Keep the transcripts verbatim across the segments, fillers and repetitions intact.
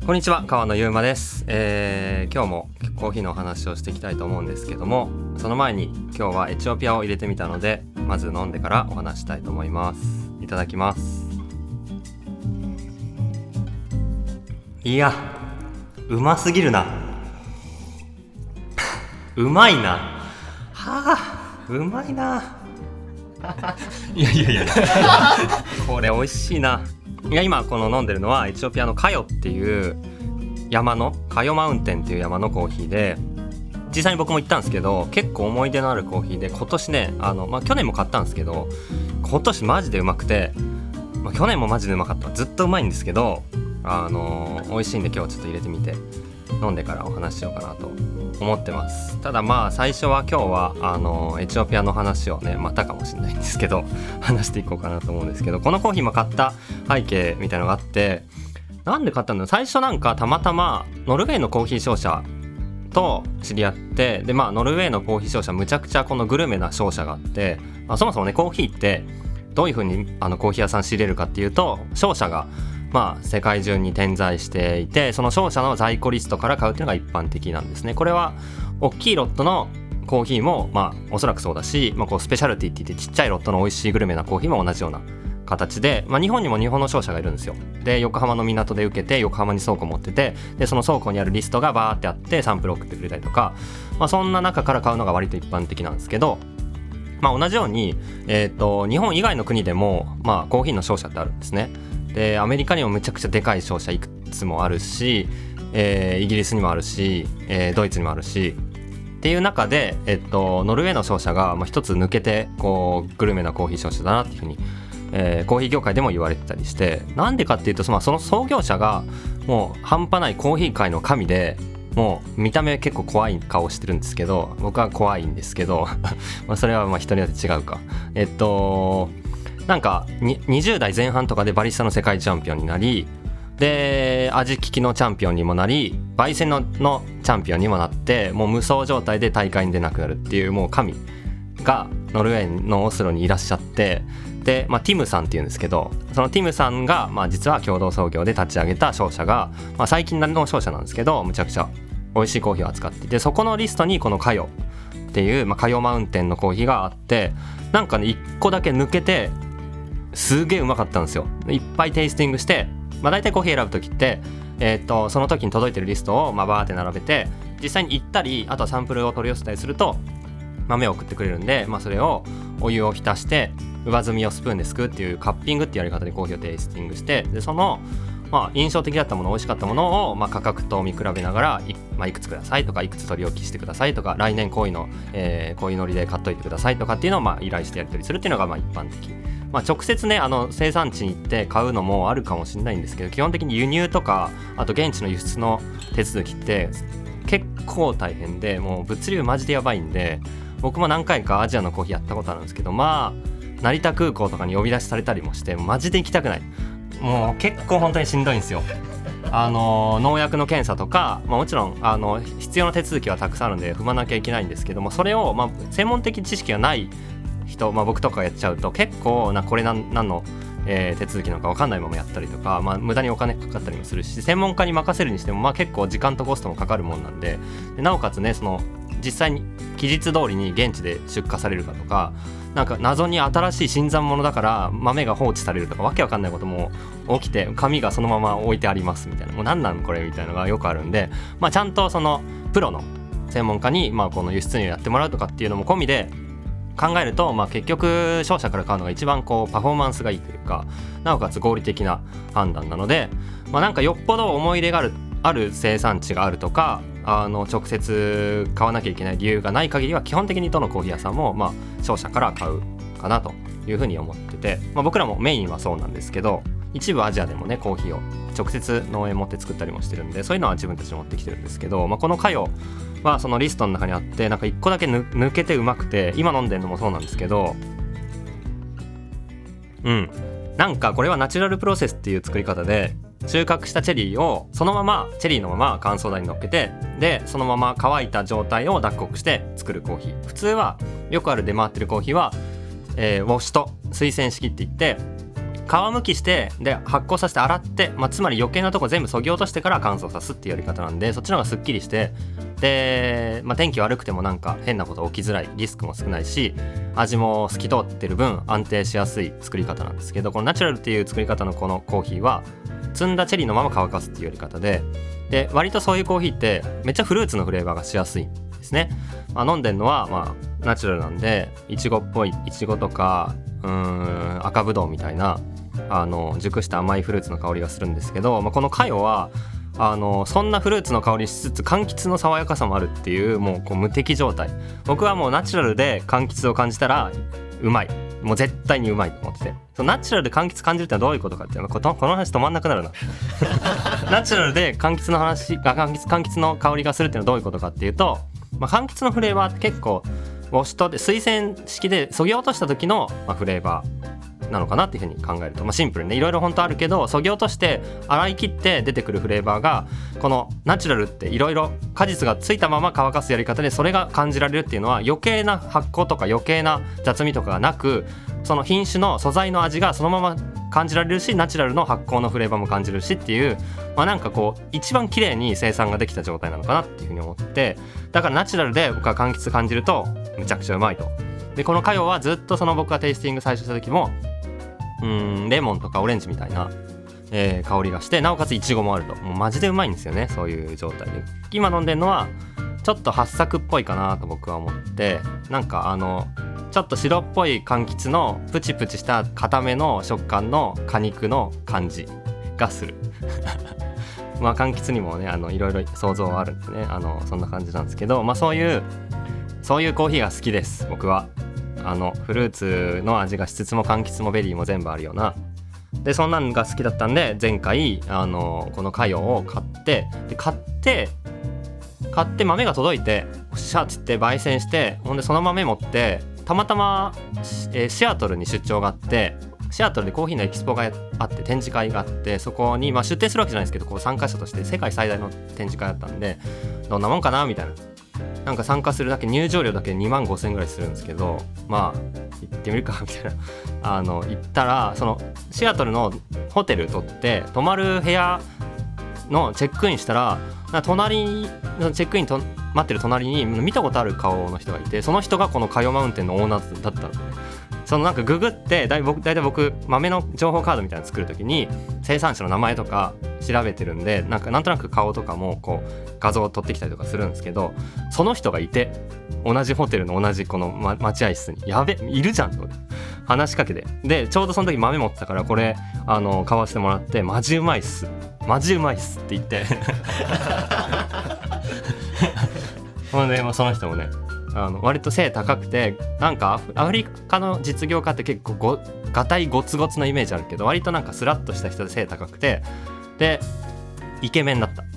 こんにちは、川野ゆうまです、えー、今日もコーヒーのお話をしていきたいと思うんですけども、その前に今日はエチオピアを入れてみたので、まず飲んでからお話したいと思います。いただきます。いや、うますぎるなうまいなはあ、うまいないやいやいやこれ美味しいな。いや、今この飲んでるのはエチオピアのカヨっていう山のカヨマウンテンっていう山のコーヒーで、実際に僕も行ったんですけど結構思い出のあるコーヒーで、今年ねあの、まあ、去年も買ったんですけど今年マジでうまくて、まあ、去年もマジでうまかった、ずっとうまいんですけど、あのー、美味しいんで今日はちょっと入れてみて飲んでからお話ししようかなと思ってます。ただまあ最初は今日はあのエチオピアの話をねまたかもしれないんですけど話していこうかなと思うんですけど、このコーヒーも買った背景みたいなのがあって、なんで買ったんだろう。最初なんかたまたまノルウェーのコーヒー商社と知り合って、でまあノルウェーのコーヒー商社むちゃくちゃこのグルメな商社があって、まあ、そもそもねコーヒーってどういう風にあのコーヒー屋さん仕入れるかっていうと、商社がまあ世界中に点在していて、その商社の在庫リストから買うっていうのが一般的なんですね。これは大きいロットのコーヒーもまあおそらくそうだし、まあ、こうスペシャルティって言ってちっちゃいロットの美味しいグルメなコーヒーも同じような形で、まあ、日本にも日本の商社がいるんですよ。で横浜の港で受けて横浜に倉庫持ってて、でその倉庫にあるリストがバーってあってサンプル送ってくれたりとか、まあ、そんな中から買うのが割と一般的なんですけど、まあ、同じように、えーと、日本以外の国でも、まあ、コーヒーの商社ってあるんですね。でアメリカにもめちゃくちゃでかい商社いくつもあるし、えー、イギリスにもあるし、えー、ドイツにもあるしっていう中で、えっと、ノルウェーの商社が、まあ、一つ抜けてこうグルメなコーヒー商社だなっていうふうに、えー、コーヒー業界でも言われてたりして、なんでかっていうと、まあ、その創業者がもう半端ないコーヒー界の神で、もう見た目結構怖い顔してるんですけど、僕は怖いんですけどまあそれはまあ人によって違うか。えっとなんかににじゅう代前半とかでバリスタの世界チャンピオンになり、で味利きのチャンピオンにもなり、焙煎 の, のチャンピオンにもなって、もう無双状態で大会に出なくなるっていう、もう神がノルウェーのオスロにいらっしゃって、で、まあ、ティムさんっていうんですけど、そのティムさんが、まあ、実は共同創業で立ち上げた商社が、まあ、最近の商社なんですけど、むちゃくちゃ美味しいコーヒーを扱っていて、そこのリストにこのカヨっていう、まあ、カヨマウンテンのコーヒーがあって、なんかねいっこだけ抜けてすげえうまかったんですよ。いっぱいテイスティングして、まあ、大体コーヒー選ぶ時って、えー、とその時に届いてるリストをまあバーって並べて、実際に行ったりあとはサンプルを取り寄せたりすると豆を送ってくれるんで、まあ、それをお湯を浸して上澄みをスプーンですくうっていうカッピングっていうやり方でコーヒーをテイスティングして、でそのまあ印象的だったもの、美味しかったものをまあ価格と見比べながら い,、まあ、いくつくださいとか、いくつ取り置きしてくださいとか、来年こういうの、えー、こういうノリで買っといてくださいとかっていうのをまあ依頼してやり取りするっていうのがまあ一般的。まあ、直接ねあの生産地に行って買うのもあるかもしれないんですけど、基本的に輸入とかあと現地の輸出の手続きって結構大変で、もう物流マジでやばいんで、僕も何回かアジアのコーヒーやったことあるんですけど、まあ成田空港とかに呼び出しされたりもしてマジで行きたくない。もう結構本当にしんどいんですよ。あの農薬の検査とか、まあ、もちろんあの必要な手続きはたくさんあるんで踏まなきゃいけないんですけども、それをまあ専門的知識がない人、まあ、僕とかがやっちゃうと結構なこれ何の、えー、手続きなのか分かんないままやったりとか、まあ、無駄にお金かかったりもするし、専門家に任せるにしても、まあ、結構時間とコストもかかるもんなんで、でなおかつねその実際に期日通りに現地で出荷されるかとか、なんか謎に新しい新参者だから豆が放置されるとかわけわかんないことも起きて、紙がそのまま置いてありますみたいな、もう何なんこれみたいなのがよくあるんで、まあ、ちゃんとそのプロの専門家にまあこの輸出入やってもらうとかっていうのも込みで考えると、まあ、結局商社から買うのが一番こうパフォーマンスがいいというか、なおかつ合理的な判断なので、まあ、なんかよっぽど思い入れがある、ある生産地があるとか、あの直接買わなきゃいけない理由がない限りは基本的にどのコーヒー屋さんも、まあ、商社から買うかなというふうに思ってて、まあ、僕らもメインはそうなんですけど、一部アジアでもねコーヒーを直接農園持って作ったりもしてるんで、そういうのは自分たち持ってきてるんですけど、まあ、このカヨはそのリストの中にあって、なんかいっこだけ抜けてうまくて、今飲んでるのもそうなんですけど、うんなんかこれはナチュラルプロセスっていう作り方で、収穫したチェリーをそのままチェリーのまま乾燥台に乗っけて、でそのまま乾いた状態を脱穀して作るコーヒー。普通はよくある出回ってるコーヒーは、えー、ウォッシュと水洗式って言って、 皮むきしてで発酵させて洗って、まあ、つまり余計なとこ全部削ぎ落としてから乾燥さすっていうやり方なんで、そっちの方がすっきりしてで、まあ、天気悪くてもなんか変なこと起きづらい、リスクも少ないし味も透き通ってる分安定しやすい作り方なんですけど、このナチュラルっていう作り方のこのコーヒーは摘んだチェリーのまま乾かすっていうやり方で、で割とそういうコーヒーってめっちゃフルーツのフレーバーがしやすいんですね。まあ、飲んでるのはまあナチュラルなんでいちごっぽい、いちごとかうーん赤ぶどうみたいなあの熟した甘いフルーツの香りがするんですけど、まあ、このカヨはあのそんなフルーツの香りしつつ柑橘の爽やかさもあるっていう、もうこう無敵状態。僕はもうナチュラルで柑橘を感じたらうまい、もう絶対にうまいと思ってて、そのナチュラルで柑橘感じるってのはどういうことかっていうのは、このこの話止まんなくなるなナチュラルで柑橘の話が柑橘、柑橘の香りがするっていうのはどういうことかっていうと、まあ、柑橘のフレーバーって結構ウォッシュとで水洗式で削ぎ落とした時の、まあ、フレーバーなのかなっていうふうに考えると、まあ、シンプルにねいろいろ本当あるけど、削ぎ落として洗い切って出てくるフレーバーがこのナチュラルっていろいろ果実がついたまま乾かすやり方でそれが感じられるっていうのは、余計な発酵とか余計な雑味とかがなく、その品種の素材の味がそのまま感じられるし、ナチュラルの発酵のフレーバーも感じるしっていう、まあ、なんかこう一番綺麗に生産ができた状態なのかなっていうふうに思って、だからナチュラルで僕は柑橘感じるとむちゃくちゃうまいと。でこのカヨはずっとその僕がテイスティング最初した時もうーんレモンとかオレンジみたいな、えー、香りがして、なおかつイチゴもあると、もうマジでうまいんですよね、そういう状態で。今飲んでるのはちょっと八朔っぽいかなと僕は思って、なんかあのちょっと白っぽい柑橘のプチプチした固めの食感の果肉の感じがするまあ柑橘にもねあのいろいろ想像はあるんでね、あのそんな感じなんですけど、まあそういうそういうコーヒーが好きです僕は。あのフルーツの味がしつつも柑橘もベリーも全部あるような、でそんなのが好きだったんで前回あのこのカヨを買ってで買って買って豆が届いてシャーッつって焙煎して、ほんでその豆持ってたまたま、えー、シアトルに出張があって、シアトルでコーヒーのエキスポがあって展示会があって、そこに、まあ、出展するわけじゃないですけどこう参加者として世界最大の展示会だったんで、どんなもんかなみたいな、なんか参加するだけ入場料だけにまんごせんえんぐらいするんですけど、まあ行ってみるかみたいなあの行ったら、そのシアトルのホテル取って泊まる部屋のチェックインしたら、隣のチェックインと待ってる隣に見たことある顔の人がいて、その人がこのカヨマウンテンのオーナーだったのね。そのなんかググってだいたい僕豆の情報カードみたいなの作るときに生産者の名前とか調べてるんで、なんかなんとなく顔とかもこう画像を撮ってきたりとかするんですけど、その人がいて同じホテルの同じこの、ま、待合室にやべいるじゃんと話しかけて、でちょうどその時豆持ってたからこれあの買わせてもらって、マジうまいっすマジうまいっすって言ってほんで、まあ、その人もねあの割と背高くて、なんかアフリカの実業家って結構ごがたいゴツゴツのイメージあるけど、割となんかスラッとした人で背高くて、でイケメンだった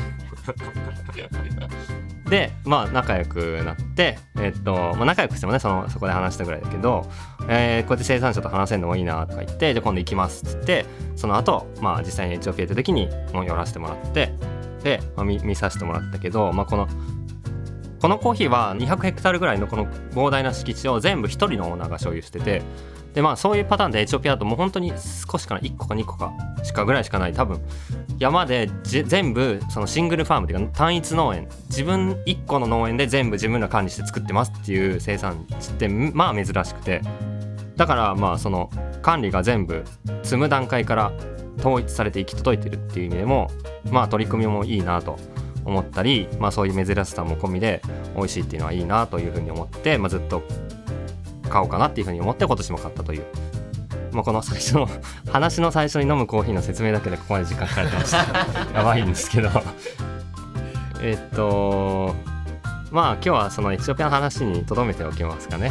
でまあ仲良くなって、えっとまあ、仲良くしてもね そ, のそこで話したぐらいだけど、えー、こうやって生産者と話せるのもいいなとか言って、じゃあ今度行きますっつって、その後、まあ実際にエチオピア行った時にもう寄らせてもらって、で、まあ、見, 見させてもらったけど、まあ、このこのコーヒーはにひゃくヘクタールぐらいのこの膨大な敷地を全部一人のオーナーが所有してて、でまあそういうパターンでエチオピアだともう本当に少しかないいっこかにこかしかぐらいしかない、多分山で全部そのシングルファームっていうか単一農園、自分いっこの農園で全部自分ら管理して作ってますっていう生産地ってまあ珍しくて、だからまあその管理が全部積む段階から統一されて行き届いてるっていう意味でもまあ取り組みもいいなと思ったり、まあそういう珍しさも込みで美味しいっていうのはいいなというふうに思って、まあ、ずっと買おうかなっていうふうに思って今年も買ったという、まあ、この最初の話の最初に飲むコーヒーの説明だけでここまで時間かかれてましたやばいんですけどえっとまあ今日はそのエチオピアの話に留めておきますかね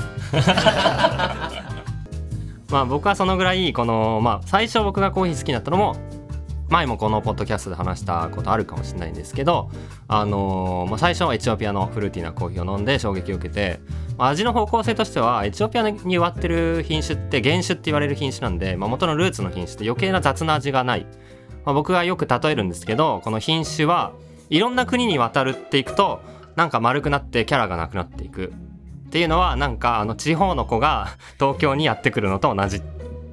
まあ僕はそのぐらいこの、まあ、最初僕がコーヒー好きになったのも前もこのポッドキャストで話したことあるかもしれないんですけど、あのーまあ、最初はエチオピアのフルーティーなコーヒーを飲んで衝撃を受けて、まあ、味の方向性としてはエチオピアに植わってる品種って原種って言われる品種なんで、まあ、元のルーツの品種って余計な雑な味がない、まあ、僕がよく例えるんですけど、この品種はいろんな国に渡るっていくとなんか丸くなってキャラがなくなっていくっていうのは、なんかあの地方の子が東京にやってくるのと同じっ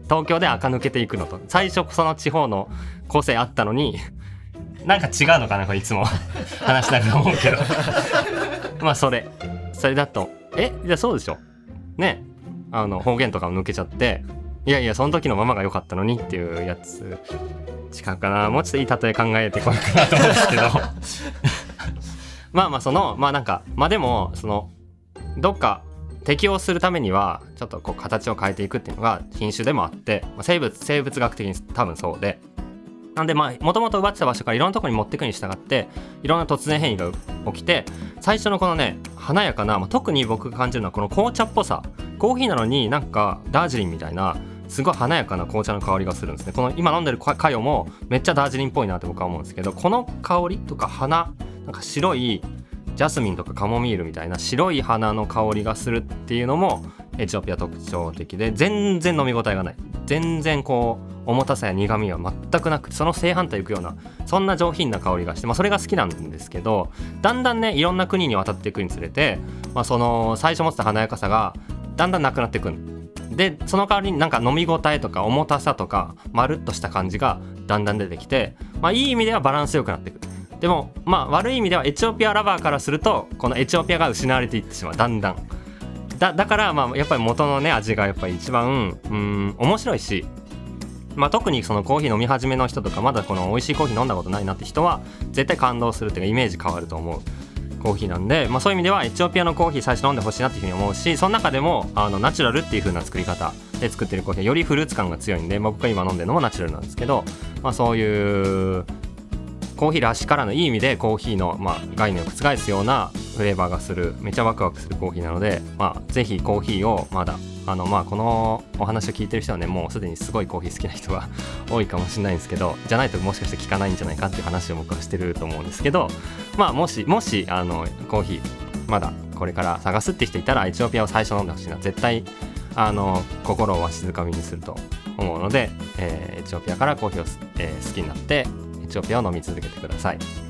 東京で垢抜けていくのと、最初その地方の個性あったのになんか違うのかな、これいつも話しながら思うけどまあそれそれだとえじゃあそうでしょね、あの方言とかも抜けちゃって、いやいやその時のままが良かったのにっていうやつ違うかな、もうちょっといい例え考えてこようかなと思うんですけどまあまあそのまあなんかまあでもそのどっか適応するためにはちょっとこう形を変えていくっていうのが品種でもあって、まあ、生物生物学的に多分そうで、なんでまあもともと奪ってた場所からいろんなところに持っていくに従っていろんな突然変異が起きて、最初のこのね華やかな、まあ、特に僕が感じるのはこの紅茶っぽさ、コーヒーなのになんかダージリンみたいなすごい華やかな紅茶の香りがするんですね。この今飲んでるカヨもめっちゃダージリンっぽいなって僕は思うんですけど、この香りとか花、なんか白いジャスミンとかカモミールみたいな白い花の香りがするっていうのもエチオピア特徴的で、全然飲み応えがない、全然こう重たさや苦みは全くなく、その正反対いくようなそんな上品な香りがして、まあ、それが好きなんですけど、だんだんねいろんな国に渡っていくにつれて、まあ、その最初持ってた華やかさがだんだんなくなっていくんで、その代わりになんか飲み応えとか重たさとかまるっとした感じがだんだん出てきて、まあ、いい意味ではバランスよくなっていく。でもまあ悪い意味ではエチオピアラバーからするとこのエチオピアが失われていってしまう、だんだん だ, だからまあやっぱり元のね味がやっぱり一番うーん面白いし、まあ、特にそのコーヒー飲み始めの人とかまだこの美味しいコーヒー飲んだことないなって人は絶対感動するっていうかイメージ変わると思うコーヒーなんで、まあ、そういう意味ではエチオピアのコーヒー最初飲んでほしいなっていうふうに思うし、その中でもあのナチュラルっていう風な作り方で作ってるコーヒーはよりフルーツ感が強いんで、まあ、僕が今飲んでるのもナチュラルなんですけど、まあ、そういうコーヒーらしからのいい意味でコーヒーのまあ概念を覆すようなフレーバーがするめちゃワクワクするコーヒーなので、まあ、ぜひコーヒーをまだあのまあこのお話を聞いてる人はねもうすでにすごいコーヒー好きな人が多いかもしれないんですけど、じゃないともしかして聞かないんじゃないかっていう話を僕はしてると思うんですけど、まあもしもしあのコーヒーまだこれから探すって人いたらエチオピアを最初飲んでほしいな、絶対あの心をわしづかみにすると思うので、えー、エチオピアからコーヒーを、えー、好きになってエチオピアを飲み続けてください。